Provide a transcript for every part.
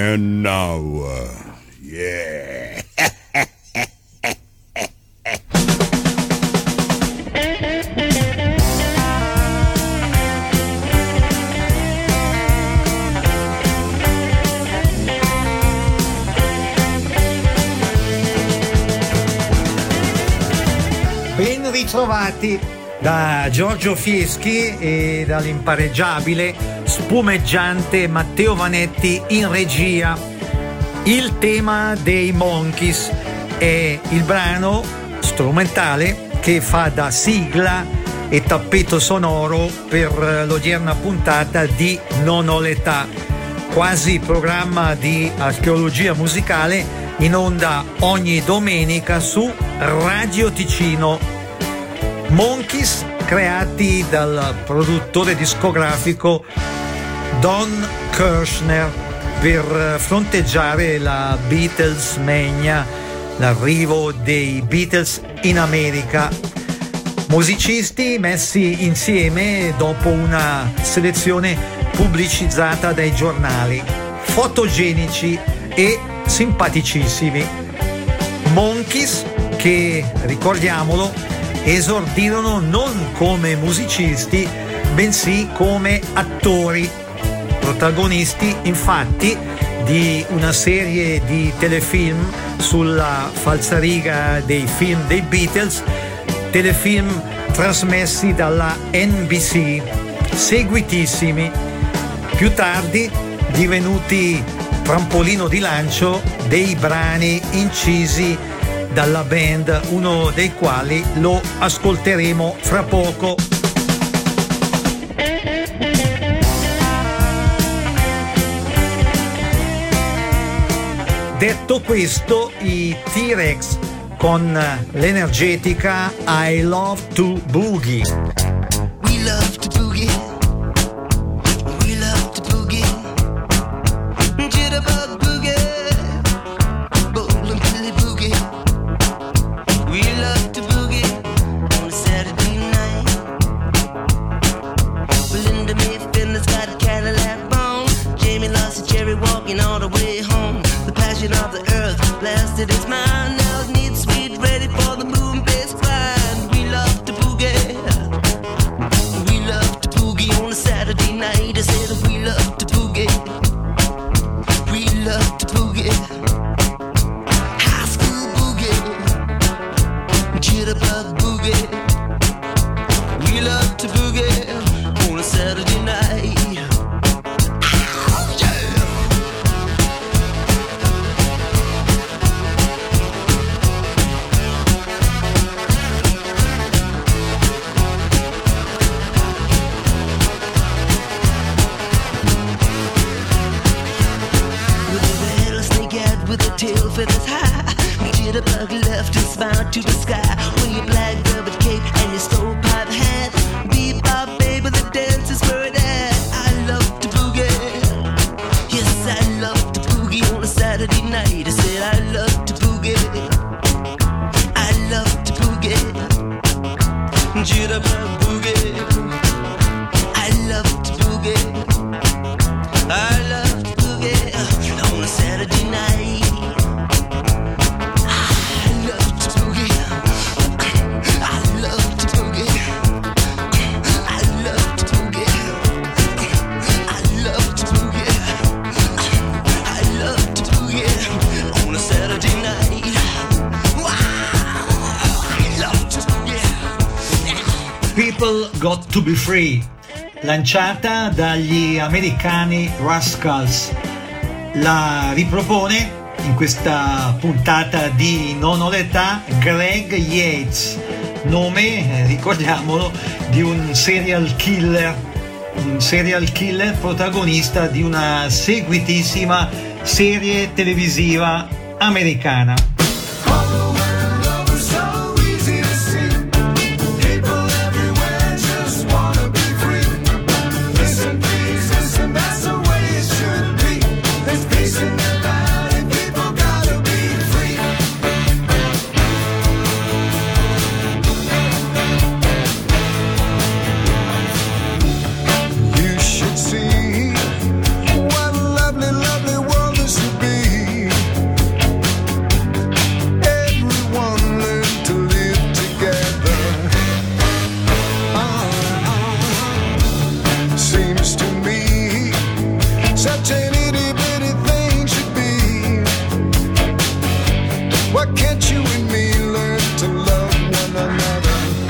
And now, yeah. Ben ritrovati da Giorgio Fieschi e dall'impareggiabile, spumeggiante Matteo Vanetti in regia. Il tema dei Monkees è il brano strumentale che fa da sigla e tappeto sonoro per l'odierna puntata di Non ho l'età, quasi programma di archeologia musicale in onda ogni domenica su Radio Ticino. Monkees, creati dal produttore discografico Don Kirshner per fronteggiare la Beatles Mania, l'arrivo dei Beatles in America. Musicisti messi insieme dopo una selezione pubblicizzata dai giornali, fotogenici e simpaticissimi. Monkees che, ricordiamolo, esordirono non come musicisti, bensì come attori, protagonisti infatti di una serie di telefilm sulla falsariga dei film dei Beatles, telefilm trasmessi dalla NBC, seguitissimi, più tardi divenuti trampolino di lancio dei brani incisi dalla band, uno dei quali lo ascolteremo fra poco. Detto questo, i T-Rex con l'energetica I Love to Boogie. We love to boogie. We love to boogie. Jitterbug boogie. Bowling Billy boogie. We love to boogie on a Saturday night. Belinda Mayfinder's got a Cadillac bone. Jamie lost a cherry walking all the way home. The passion of the earth blasted his mind. Now it needs sweet, ready for the moon base grind. We love to boogie. We love to boogie on a Saturday night. I said we love to boogie. We love to boogie. High school boogie. Jitterbug boogie. We love to boogie on a Saturday night. Tail feathers high, Jitterbug left his smile to the sky. Wear your black velvet cape and your stovepipe hat. Bebop, baby, the dance is where it at. I love to boogie. Yes, I love to boogie on a Saturday night. I said I love to boogie. I love to boogie. Jitterbug boogie. I love to boogie. I love to boogie on a Saturday night. People Got to Be Free, lanciata dagli americani Rascals. La ripropone in questa puntata di Non ho l'età Greg Yates, nome, ricordiamolo, di un serial killer protagonista di una seguitissima serie televisiva americana. What a lovely, lovely world this is. Why can't you and me learn to love one another?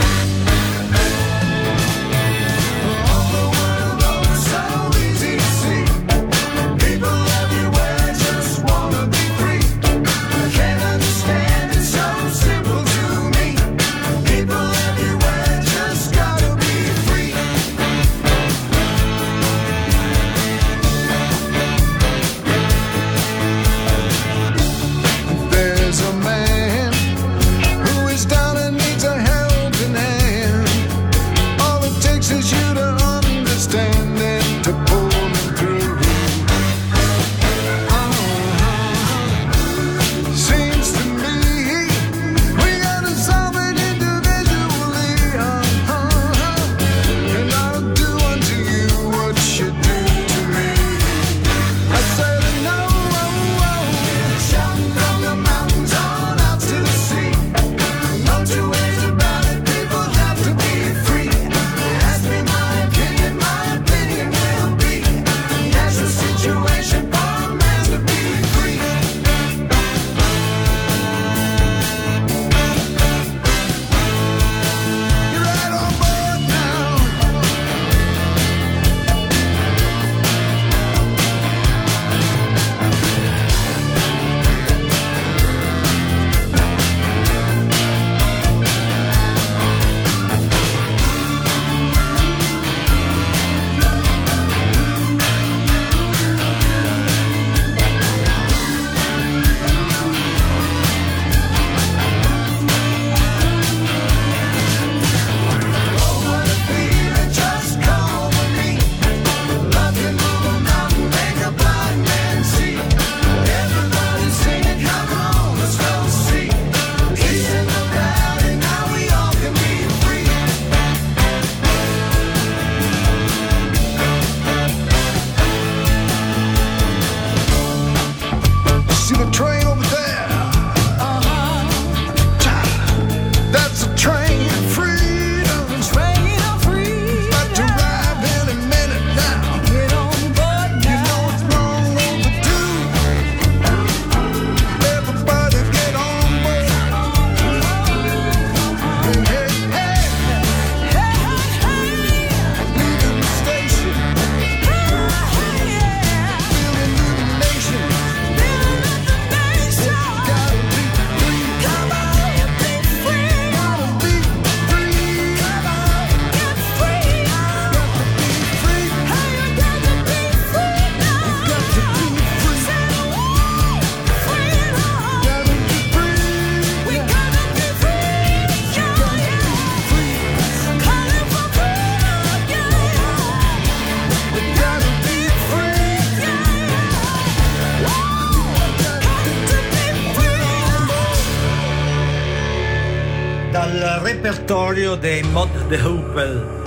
repertorio dei Mod the Hoople,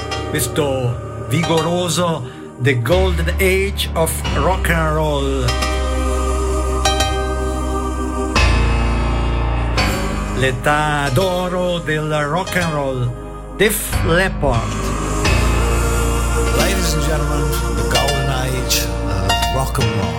questo vigoroso The Golden Age of Rock and Roll. L'età d'oro del rock and roll. Def Leppard. Ladies and gentlemen, the golden age of rock and roll.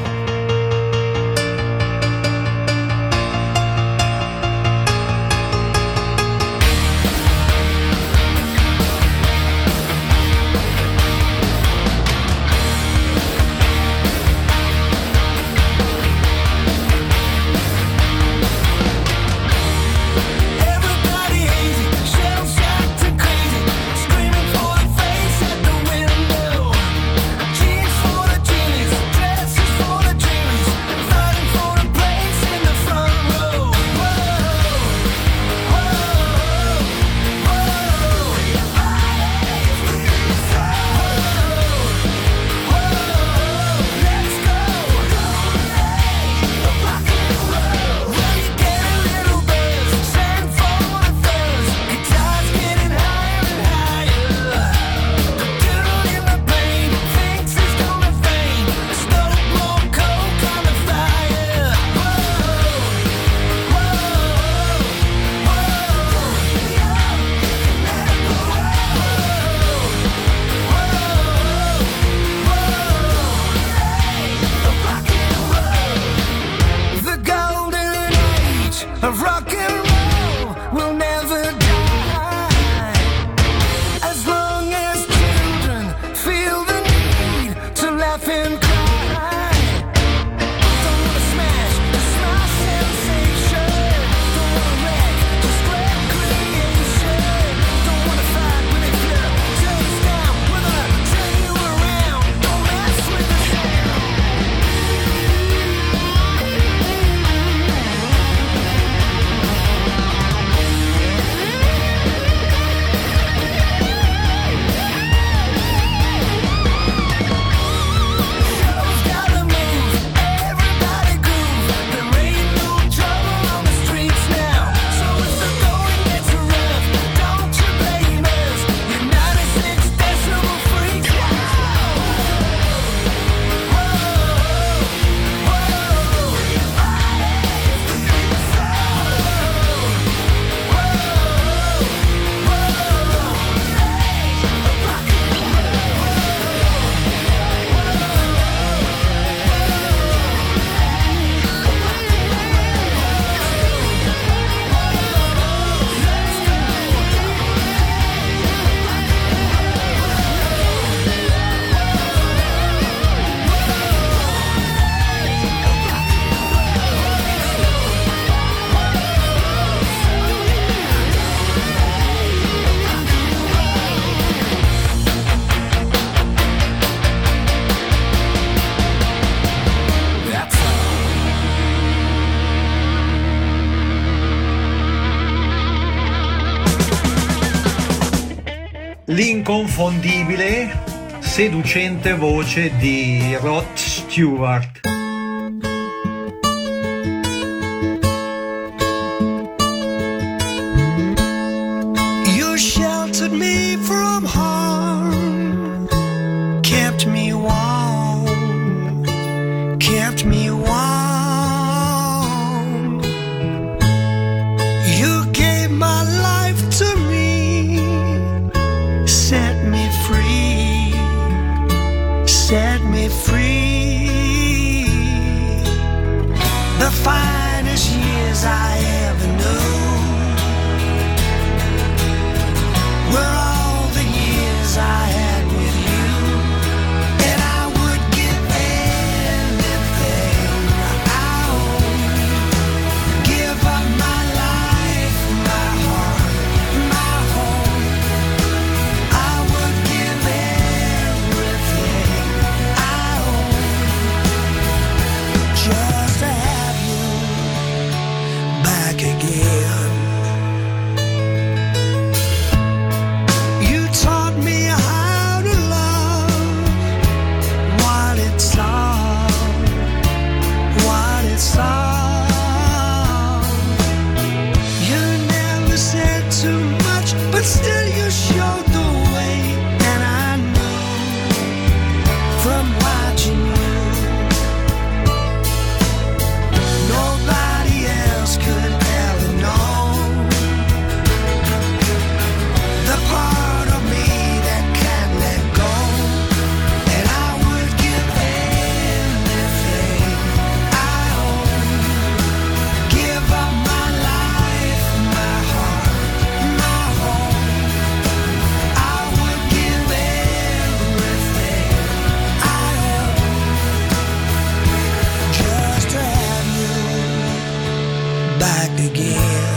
Jeans for the jeans, dresses for the rock and roll will never die. As long as children feel the need to laugh and cry. Don't wanna smash, just my sensation. Don't wanna wreck, just recreation. Don't wanna fight, but if you turn us down, we're gonna turn you around. Don't mess with the sound. Show's gotta move, everybody groove. There ain't no trouble on the streets now. So if the going gets rough, don't you blame us. You're 96 decibel freaks. Whoa, that's all. L'inconfondibile, seducente voce di Rod Stewart. You sheltered me from harm, kept me warm, kept me warm. You gave my life to me, set me free, set me free. The finest years I ever knew were all the years I had with you, and I would give anything I own, give up my life, my heart, my home. I would give everything I own just to have you back again. You taught me how to love what it's all, what it's all. You never said too much, but still you showed the way, and I knew from watching you, nobody else could ever know the part of me that can't let go. And I would give anything I own, give up my life, my heart, my home. I would give everything I own just to have you back again.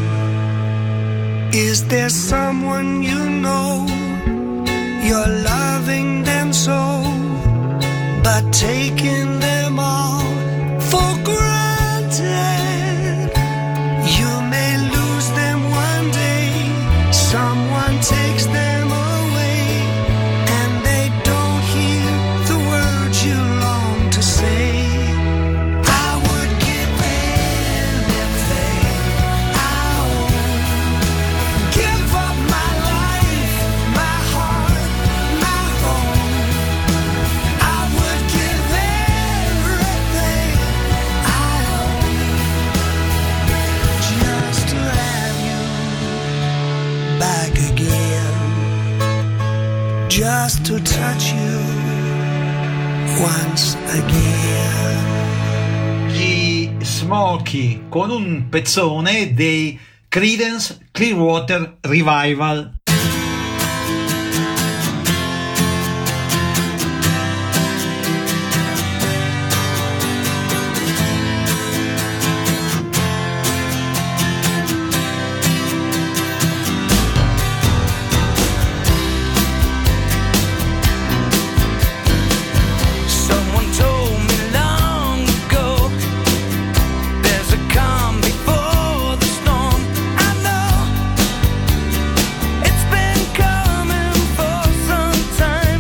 Is there someone you know, you're loving them so, but taking them all for granted? You may lose them one day, someone takes them away, and they don't hear the words you long to say. I would give anything I own, give up my life, my heart, my home. I would give everything I own just to have you back again, just to touch you once again. Gli Smokey con un pezzone dei Creedence Clearwater Revival. Someone told me long ago, there's a calm before the storm. I know it's been coming for some time.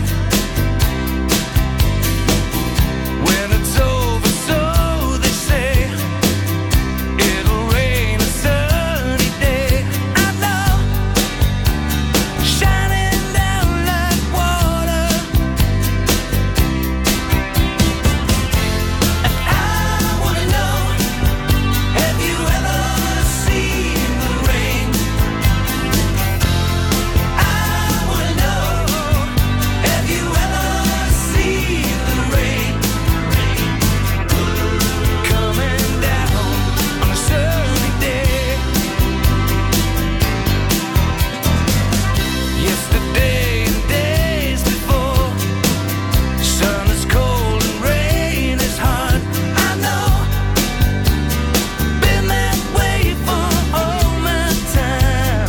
When it's over, so they say, it'll rain a sunny day. I know, shining down like water. I wanna know, have you ever seen the rain? I wanna know, have you ever seen the rain? Coming down on a sunny day. Yesterday and days before, sun is cold and rain is hard. I know, been that way for all my time.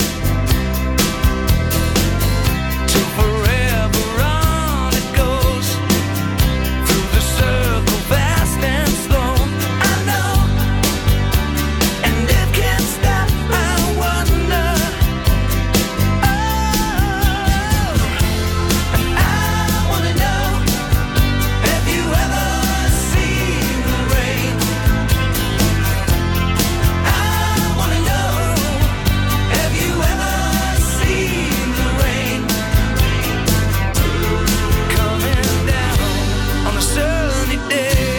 Till forever on it goes, through the circle fast and slow. I know, and it can't stop. I wonder, I wanna know, have you ever seen the rain? I wanna know, have you ever seen the rain? Coming down on a sunny day.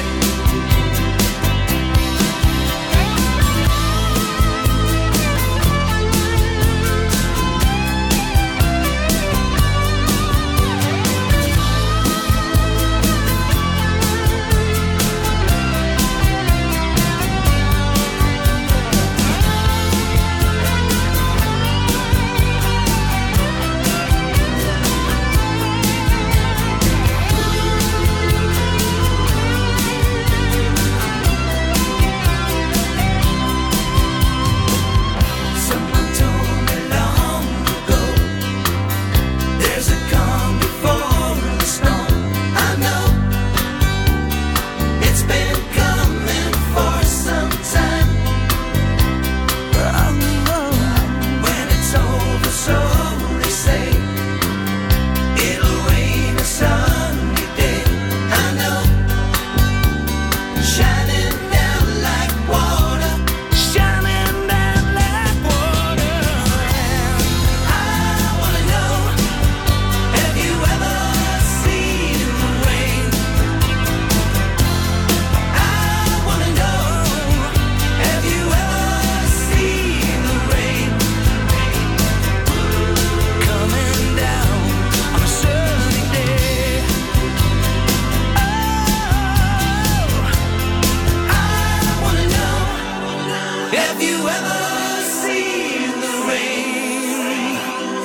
Someone told me long ago, there's a calm before a storm. I know, it's been coming for some time. When it's over, so they say, it'll rain a sunny day. I know, shining down like water, shining down like water. I wanna know, have you ever seen the rain? I wanna know, have you ever seen the rain? Coming down on a sunny day. I wanna know, have you ever seen the rain?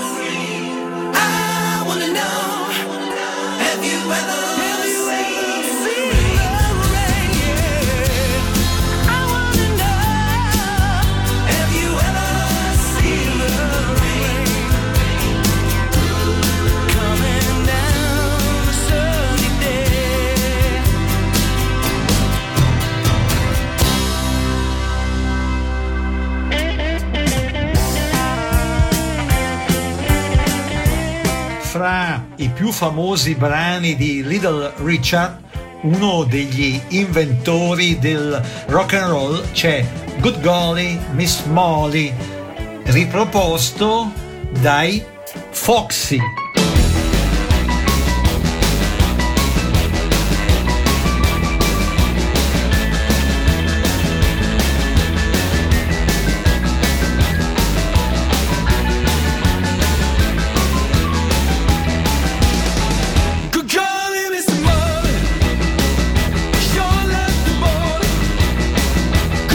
I wanna know, have you ever seen the rain? I wanna know, have you ever seen the rain? Coming down a sunny day. Fra i più famosi brani di Little Richard, uno degli inventori del rock and roll, c'è Good Golly Miss Molly, riproposto dai Foxy. Good golly, Miss Molly, sure left the ball.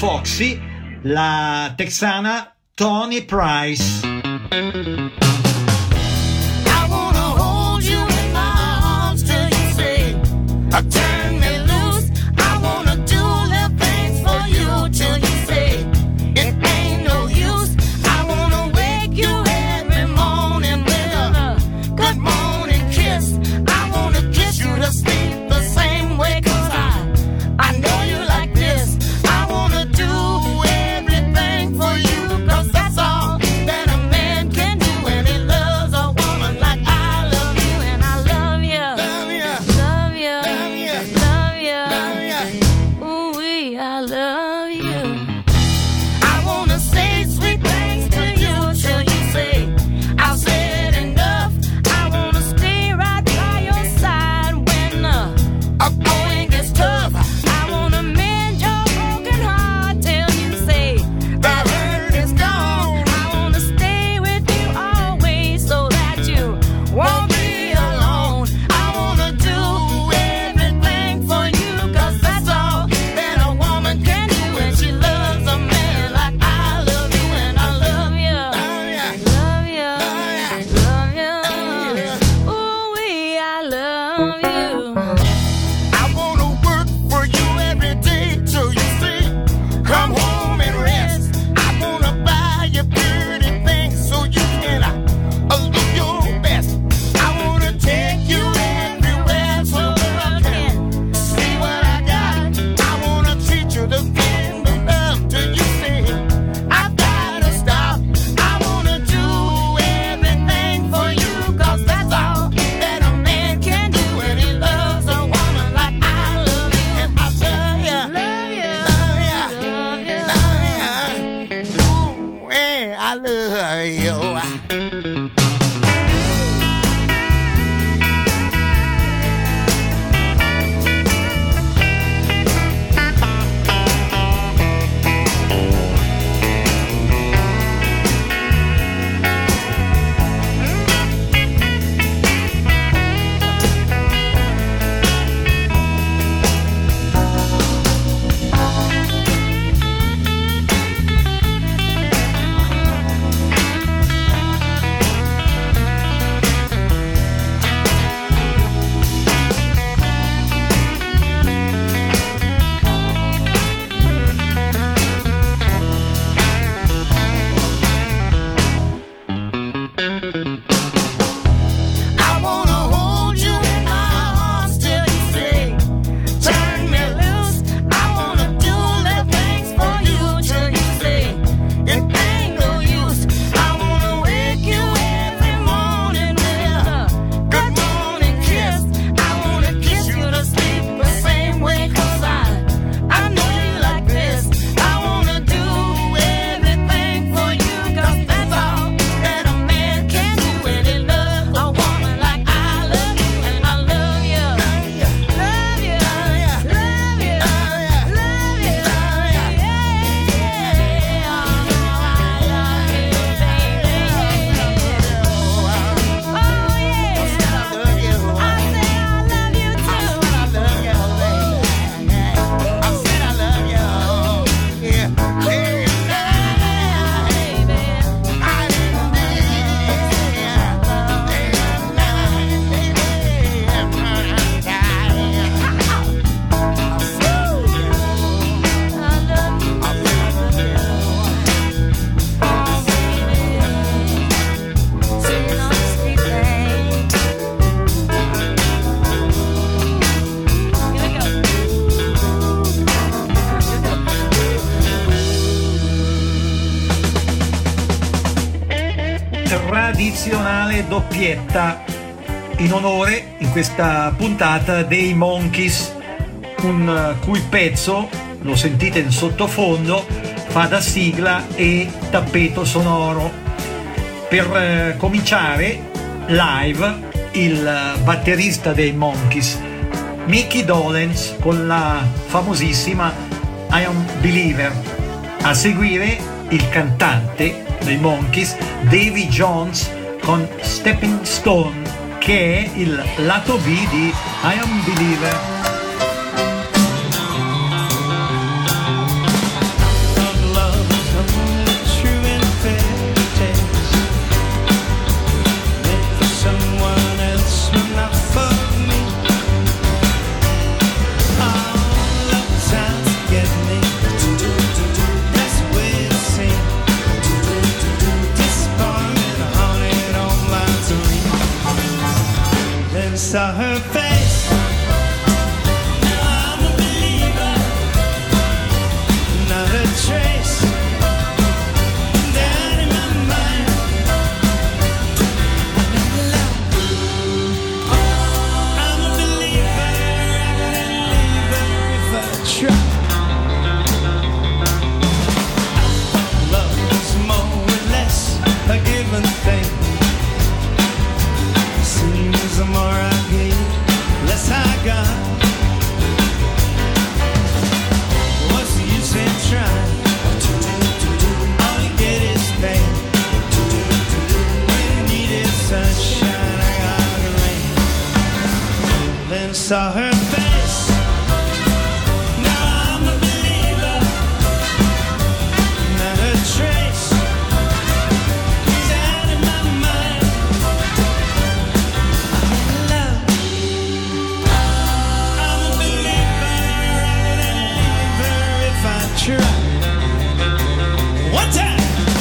Foxy, la texana Tony Price. I wanna hold you in my arms till you say, turn me loose. I wanna do little things for you till you say, it ain't no use. I wanna wake you every morning with a good morning kiss. I wanna kiss you to sleep the same way, 'cause I know you like this. I wanna do everything for you, 'cause that's all that a man can do when he loves a woman like I love you. And I love you, love you, love you, love you, love you. Ooh, I love you. I wanna say sweet things to you till you say, I've said enough. I wanna stay right by your side when going gets tough. I wanna mend your broken heart till you say that hurt is gone. I wanna stay with you always so that you won't be alone. I wanna do everything for you, 'cause that's all that a woman can do when she loves a man like I love you. And I love you, love you, love you. Ooh, I love you. I wanna work for you every day till you say, come home and rest. I wanna buy you pretty things so you can look your best. I wanna take you everywhere so I can see what I got. I wanna treat you the kind of love till you say, I've gotta stop. I wanna do everything for you, 'cause that's all that a man can do when he loves a woman like I love you. And I love you, love you, love you, love you. Ooh, I love you. I wanna hold you in my arms till you say, turn me loose. I wanna do little things for you till you say, it ain't no use. I wanna wake you every morning with a good morning kiss. I wanna kiss you to sleep the same way, 'cause I know you like this. I wanna do everything for you, 'cause that's all that a man can do when he loves a woman like I love you. And I love you, love you, love you, love you, love you, yeah. I love you, baby. Oh yeah, I say I love you too. I love you, I said I love you, yeah, baby. Tradizionale doppietta in onore in questa puntata dei Monkees, un cui pezzo, lo sentite in sottofondo, fa da sigla e tappeto sonoro. Per cominciare live il batterista dei Monkees, Mickey Dolenz, con la famosissima I Am Believer. A seguire il cantante dei Monkees, Davy Jones, con Stepping Stone, che è il lato B di I Am Believer. saw her face. Now I'm a believer. Not a trace is out of my mind. I'm in love. I'm a believer. I wouldn't leave her if I tried. One time.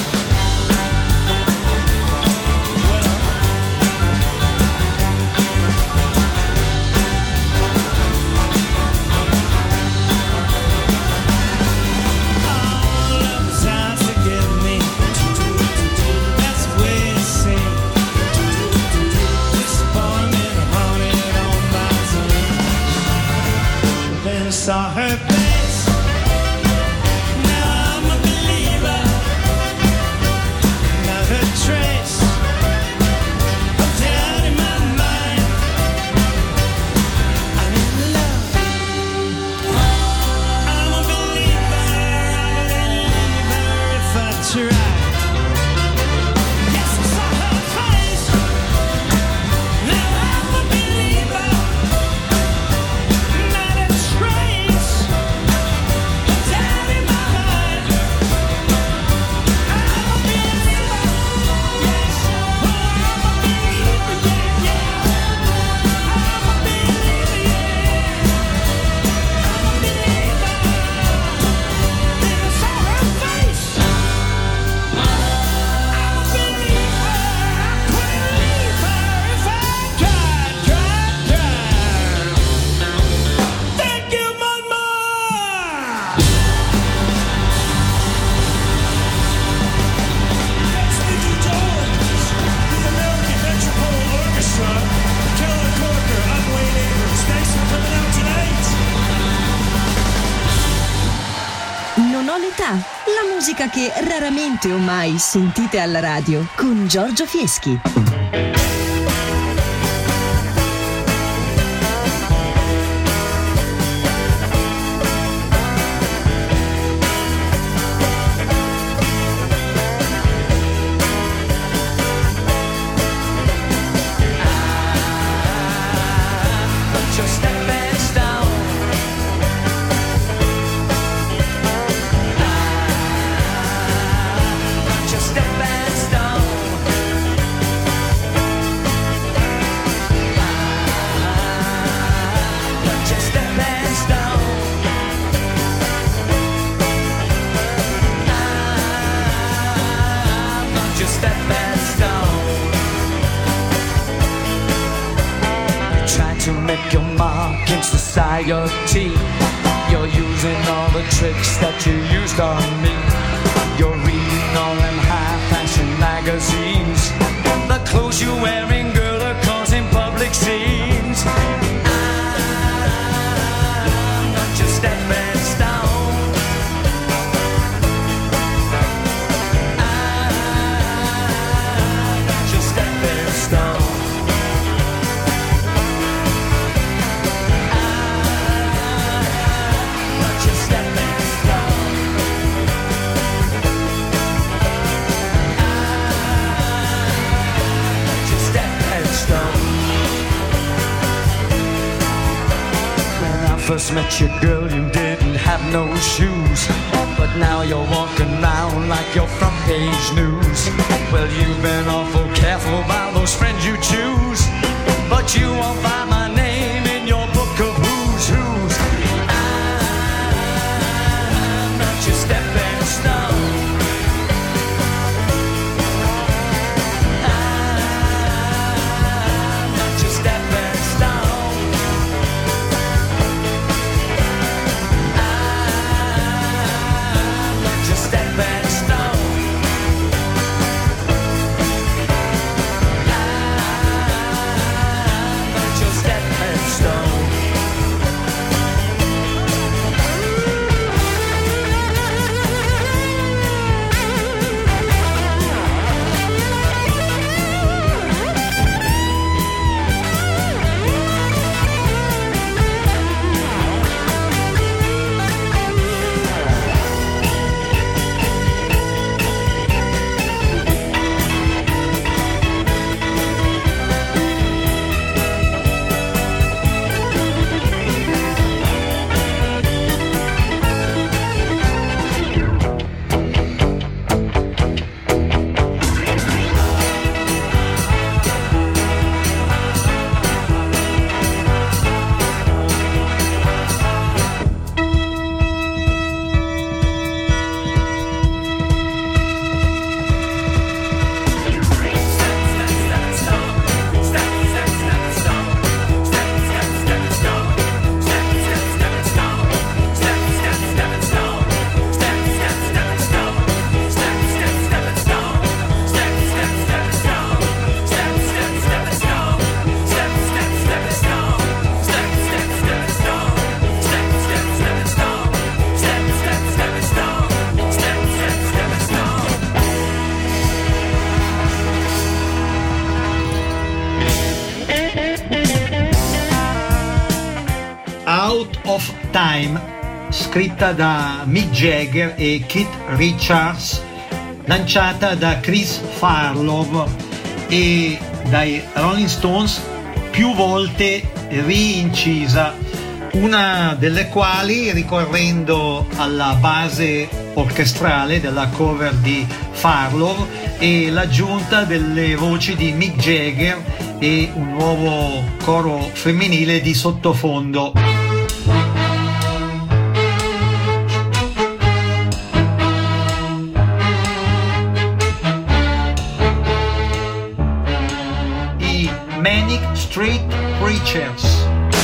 Saw her face. Now I'm a believer. Not a trace of doubt in my mind. I'm in love. I'm a believer. I wouldn't leave her if I tried. Yes, I saw her face. Now I'm a believer. Not a trace. Down in my mind, I'm a believer. Yes, oh, I'm a believer. Yeah, yeah. I'm a believer. Yeah, I'm a believer. Then I saw her face. I'm a believer. I couldn't leave her if I tried. Thank you, mama. Stevie Jones, the American Metropole Orchestra, Keller Corker, I'm Wayne Abrams. Thanks for coming out tonight. Non ho l'età, la musica che raramente o mai sentite alla radio con Giorgio Fieschi. Just stepping stone. Just stepping stone. Just stepping stone. Just stepping stone. Try to make your mark in society. You're using all the tricks that you used on me. You're reading all them high fashion magazines. The clothes you're wearing, girl, are causing public scenes. I'm not your stepping stone. I'm not your stepping stone. Just stepping stone. Just stepping stone. When I first met you, girl, you didn't have no shoes, but now you're walking around like you're front page news. Well, you've been awful careful about those friends you choose, but you won't find my name in your book of who's who's. I'm not your stepping stone. I'm not your stepping stone. I'm not your stepping stone. I'm not your stepping Time, scritta da Mick Jagger e Keith Richards, lanciata da Chris Farlow e dai Rolling Stones, più volte riincisa, una delle quali ricorrendo alla base orchestrale della cover di Farlow e l'aggiunta delle voci di Mick Jagger e un nuovo coro femminile di sottofondo. I Manic Street Preachers.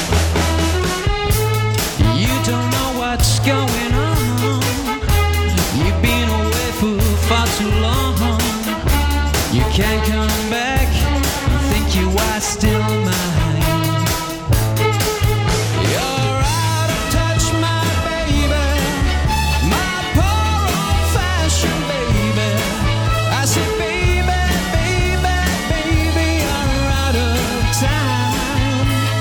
You don't know what's going on. You've been away for far too long. You can't come back. You think you are still mine. You're out of touch, my baby. My poor old-fashioned baby. I said, baby, baby, baby, you're out of time.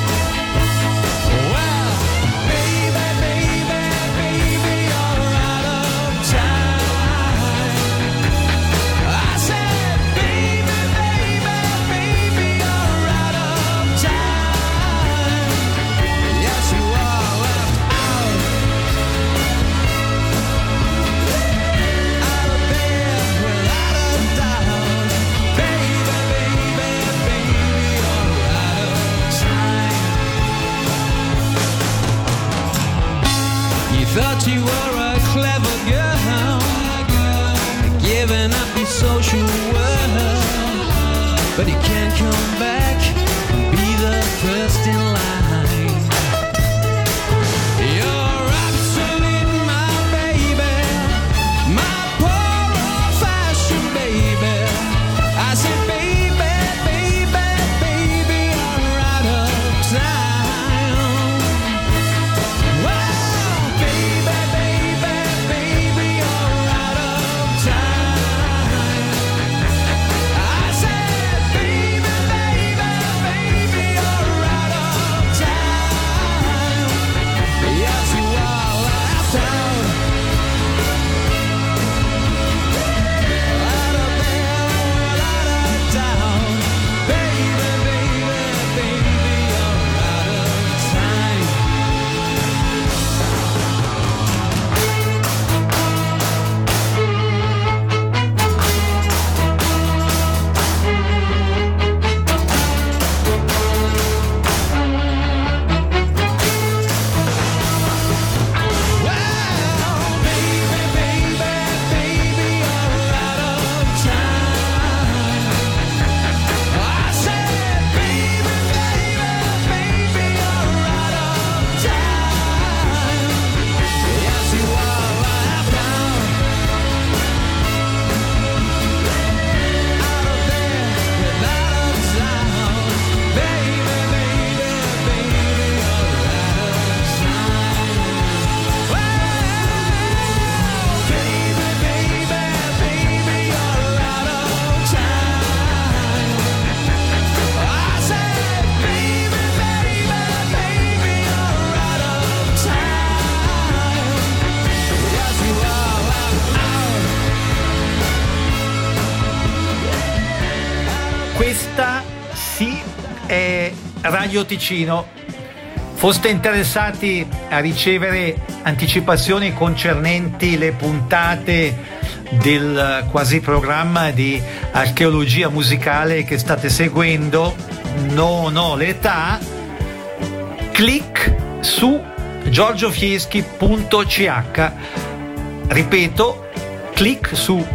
Well, baby, baby, baby, you're out of time. I said, baby, baby, baby, you're out of time. Yes, you are left out. Out of bed without a doubt. Baby, baby, baby, you're out of time. You thought you were a clever girl, giving up your social world, but you can't come back and be the first in line. You're absolute, my baby, my poor old-fashioned baby. I said, baby, baby, baby, you're out of time. Well, baby, baby, baby, you're out of time. I said, baby, baby, baby, you're out of time. Yes, you are left out. Out of bed without a doubt. Baby, baby, baby, you're out of time. Well, baby, baby, baby, you're out of time. I said, baby, baby, baby, you're out of time. Yes, you are left out. Out of bed without a doubt. Baby, baby, baby, you're out of time. Well, baby, baby, baby, you're out of time. I said, baby, baby, baby, you're out of time. Yes, you are left out. Questa sì è Radio Ticino. Foste interessati a ricevere anticipazioni concernenti le puntate del quasi programma di archeologia musicale che state seguendo, Non ho l'età, clic su giorgiofieschi.ch. Ripeto, clic su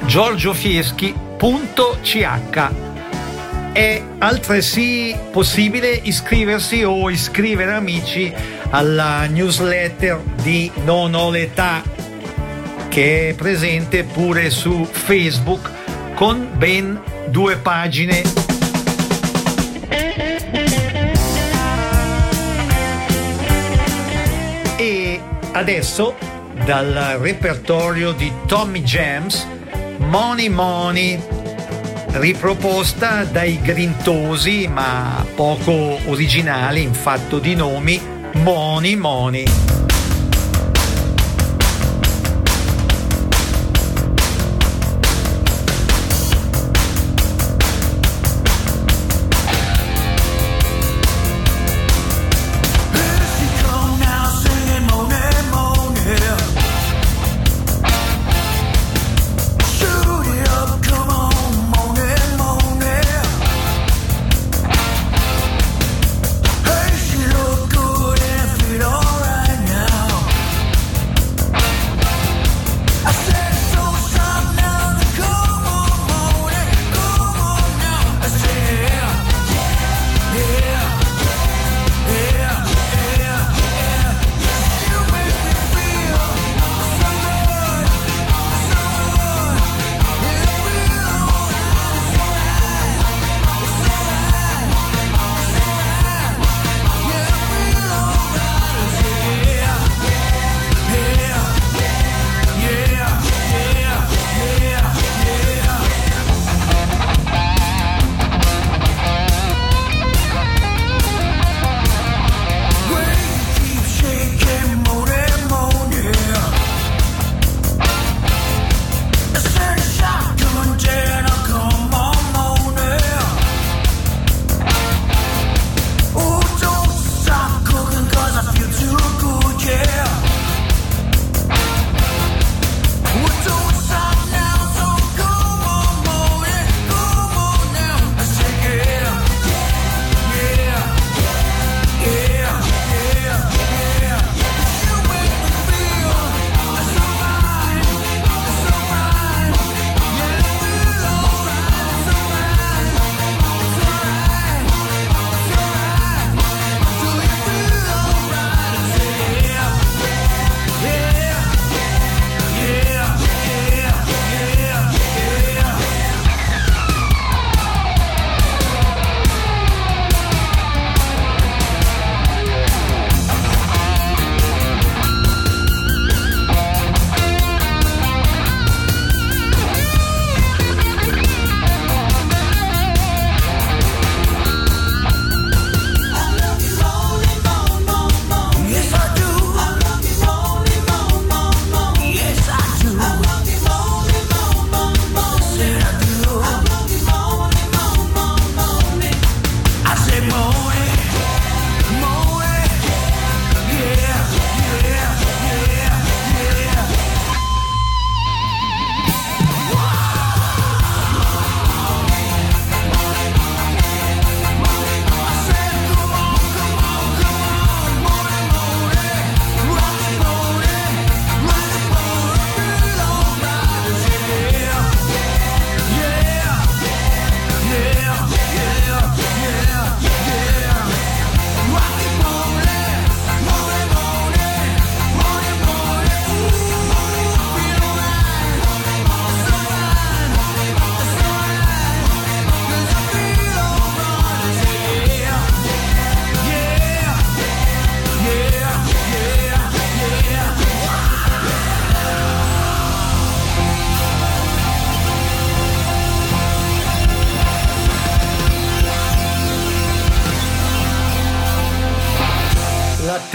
giorgiofieschi.ch. È altresì possibile iscriversi o iscrivere amici alla newsletter di Non ho l'età, che è presente pure su Facebook con ben 2 pagine. E adesso, dal repertorio di Tommy James, Money Money, riproposta dai grintosi ma poco originali in fatto di nomi Money Money.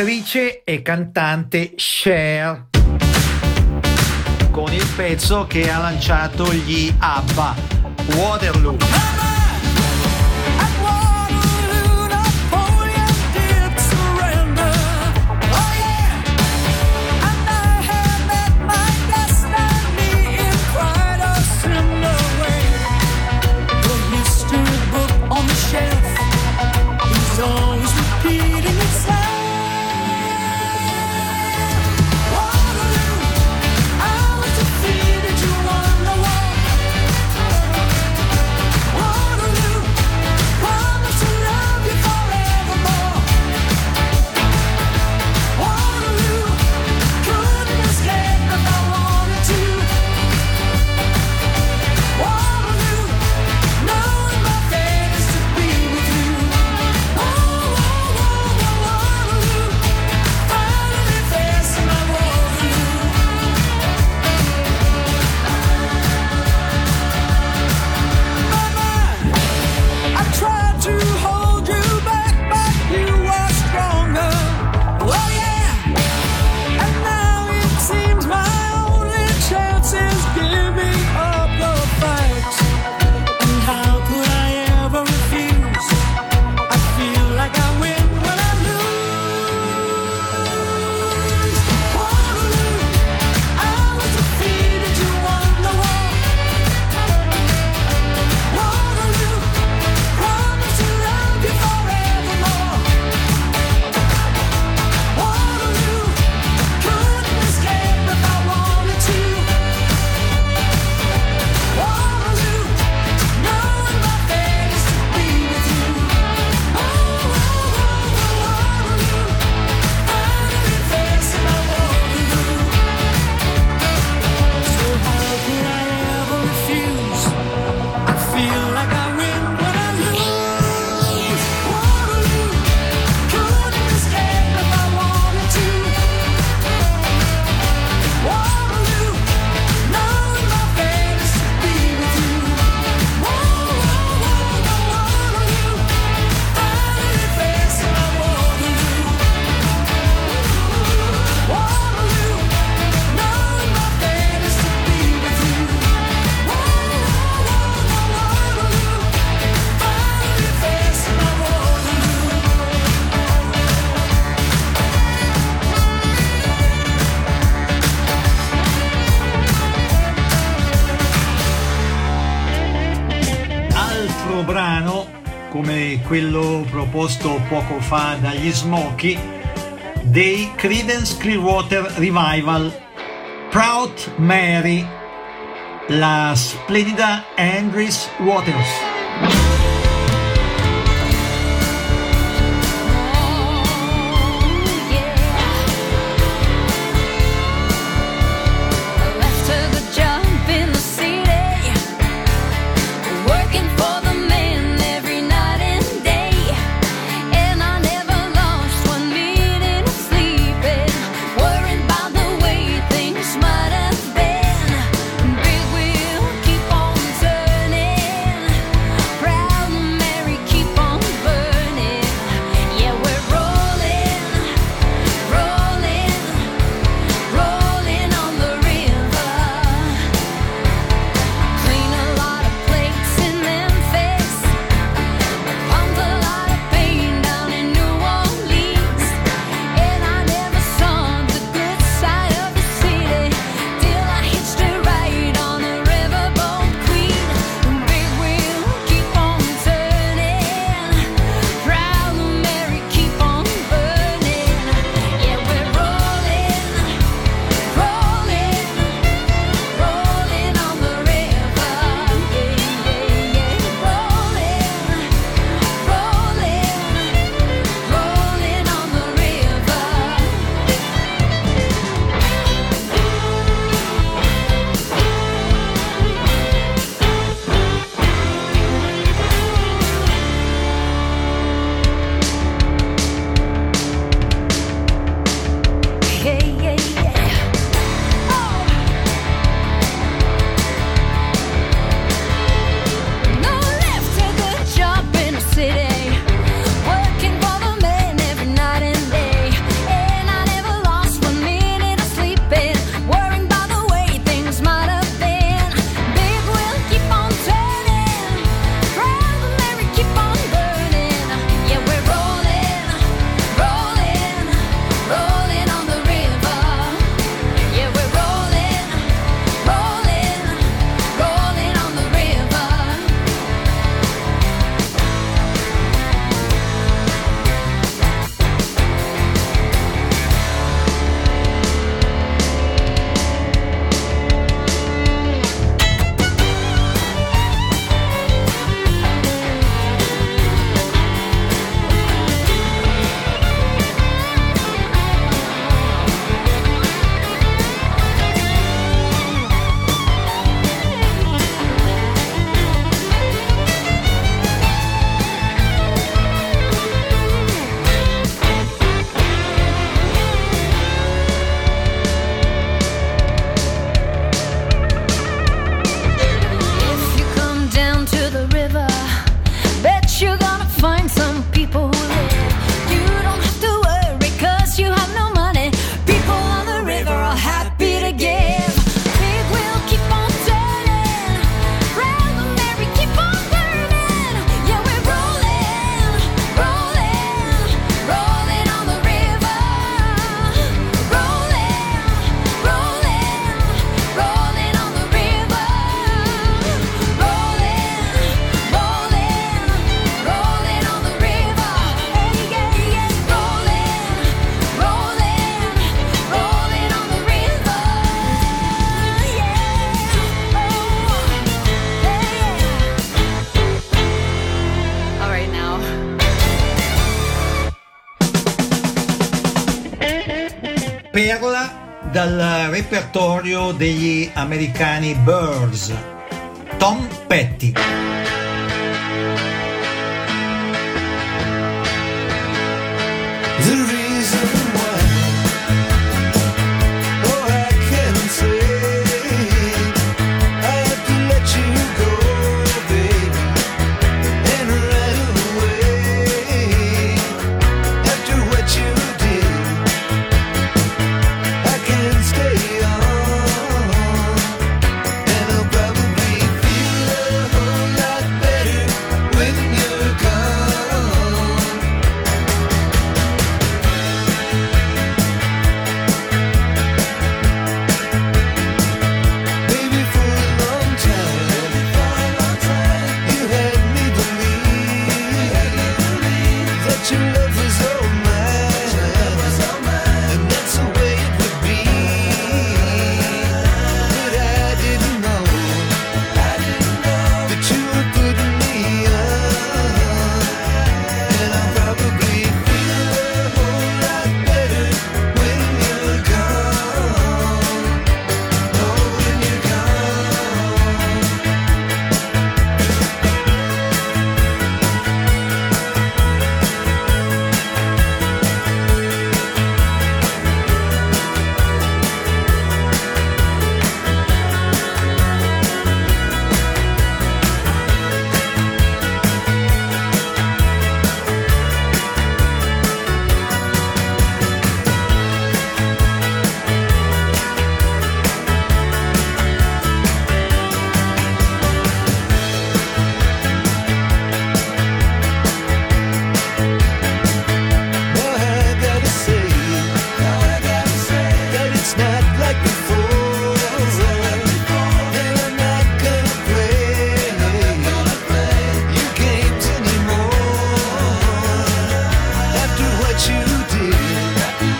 attrice e cantante Cher, con il pezzo che ha lanciato gli ABBA, Waterloo. Brano come quello proposto poco fa dagli Smokey dei Creedence Clearwater Revival, Proud Mary, la splendida Andrews Waters. Big wheel keep on turning. perla dal repertorio degli americani Byrds, Tom Petty. The reason why, oh, I can't say. I have to let you go, baby, and right away. After what you did, I can't stay on, and I'll probably feel a whole lot better when you're gone. Baby, for a long time, you had me believe that your love was all mine, and that's the way it would be. But I didn't know that you were putting me on, and I'll probably feel a whole lot better when you're gone. Oh, when you're gone. Now I gotta say that it's not like before, and I'm not gonna play your games anymore. After what you did,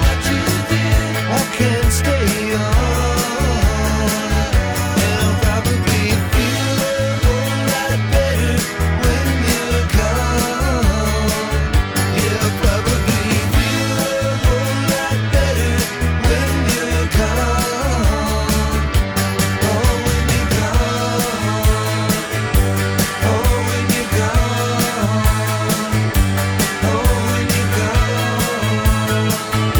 I can't stay on, and I'll probably feel a whole lot better when you're gone. Yeah, I'll probably feel a whole lot better when you're gone. Oh, when you're gone. Oh, when you're gone. Oh, when you're gone.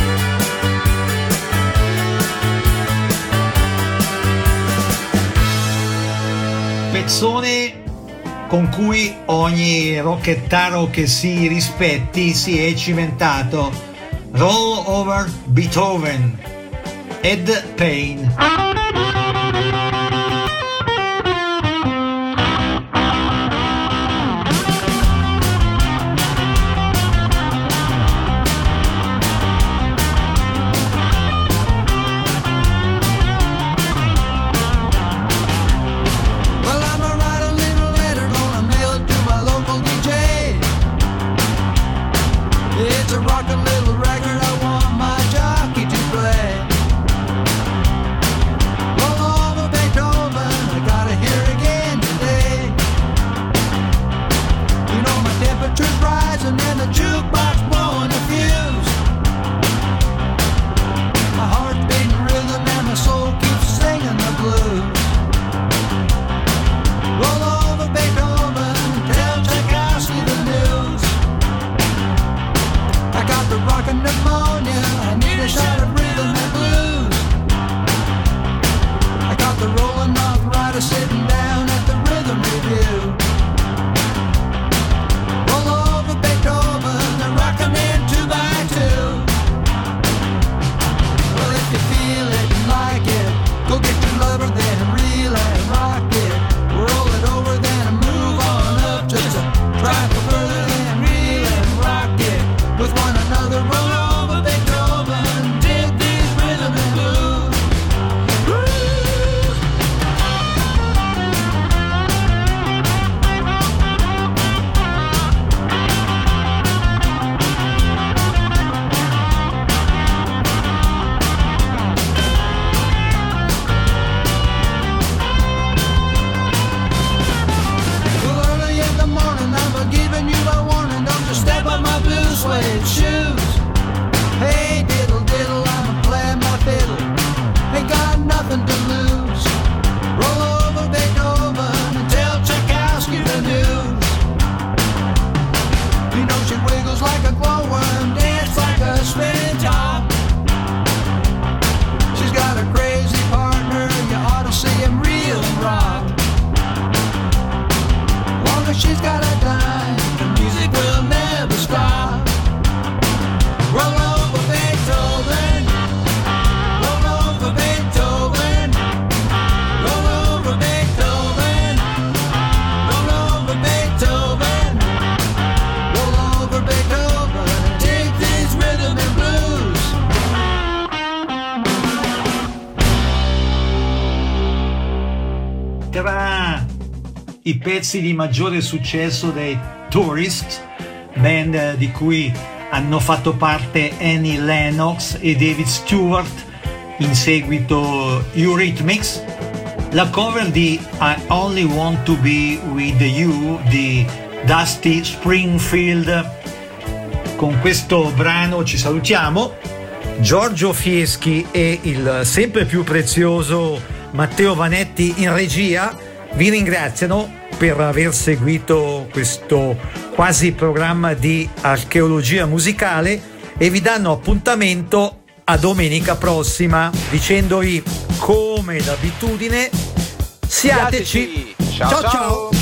Pezzone con cui ogni rockettaro che si rispetti si è cimentato. Roll Over Beethoven, Ed Payne. Well, I'ma write a little letter, gonna mail it to my local DJ. It's a rockin' little record I want my jockey to play. tra i pezzi di maggiore successo dei Tourists, band di cui hanno fatto parte Annie Lennox e David Stewart, in seguito Eurythmics, la cover di I Only Want to Be With You di Dusty Springfield. Con questo brano ci salutiamo. Giorgio Fieschi e il sempre più prezioso Matteo Vanetti in regia vi ringraziano per aver seguito questo quasi programma di archeologia musicale e vi danno appuntamento a domenica prossima, dicendovi come d'abitudine: siateci. Ciao ciao.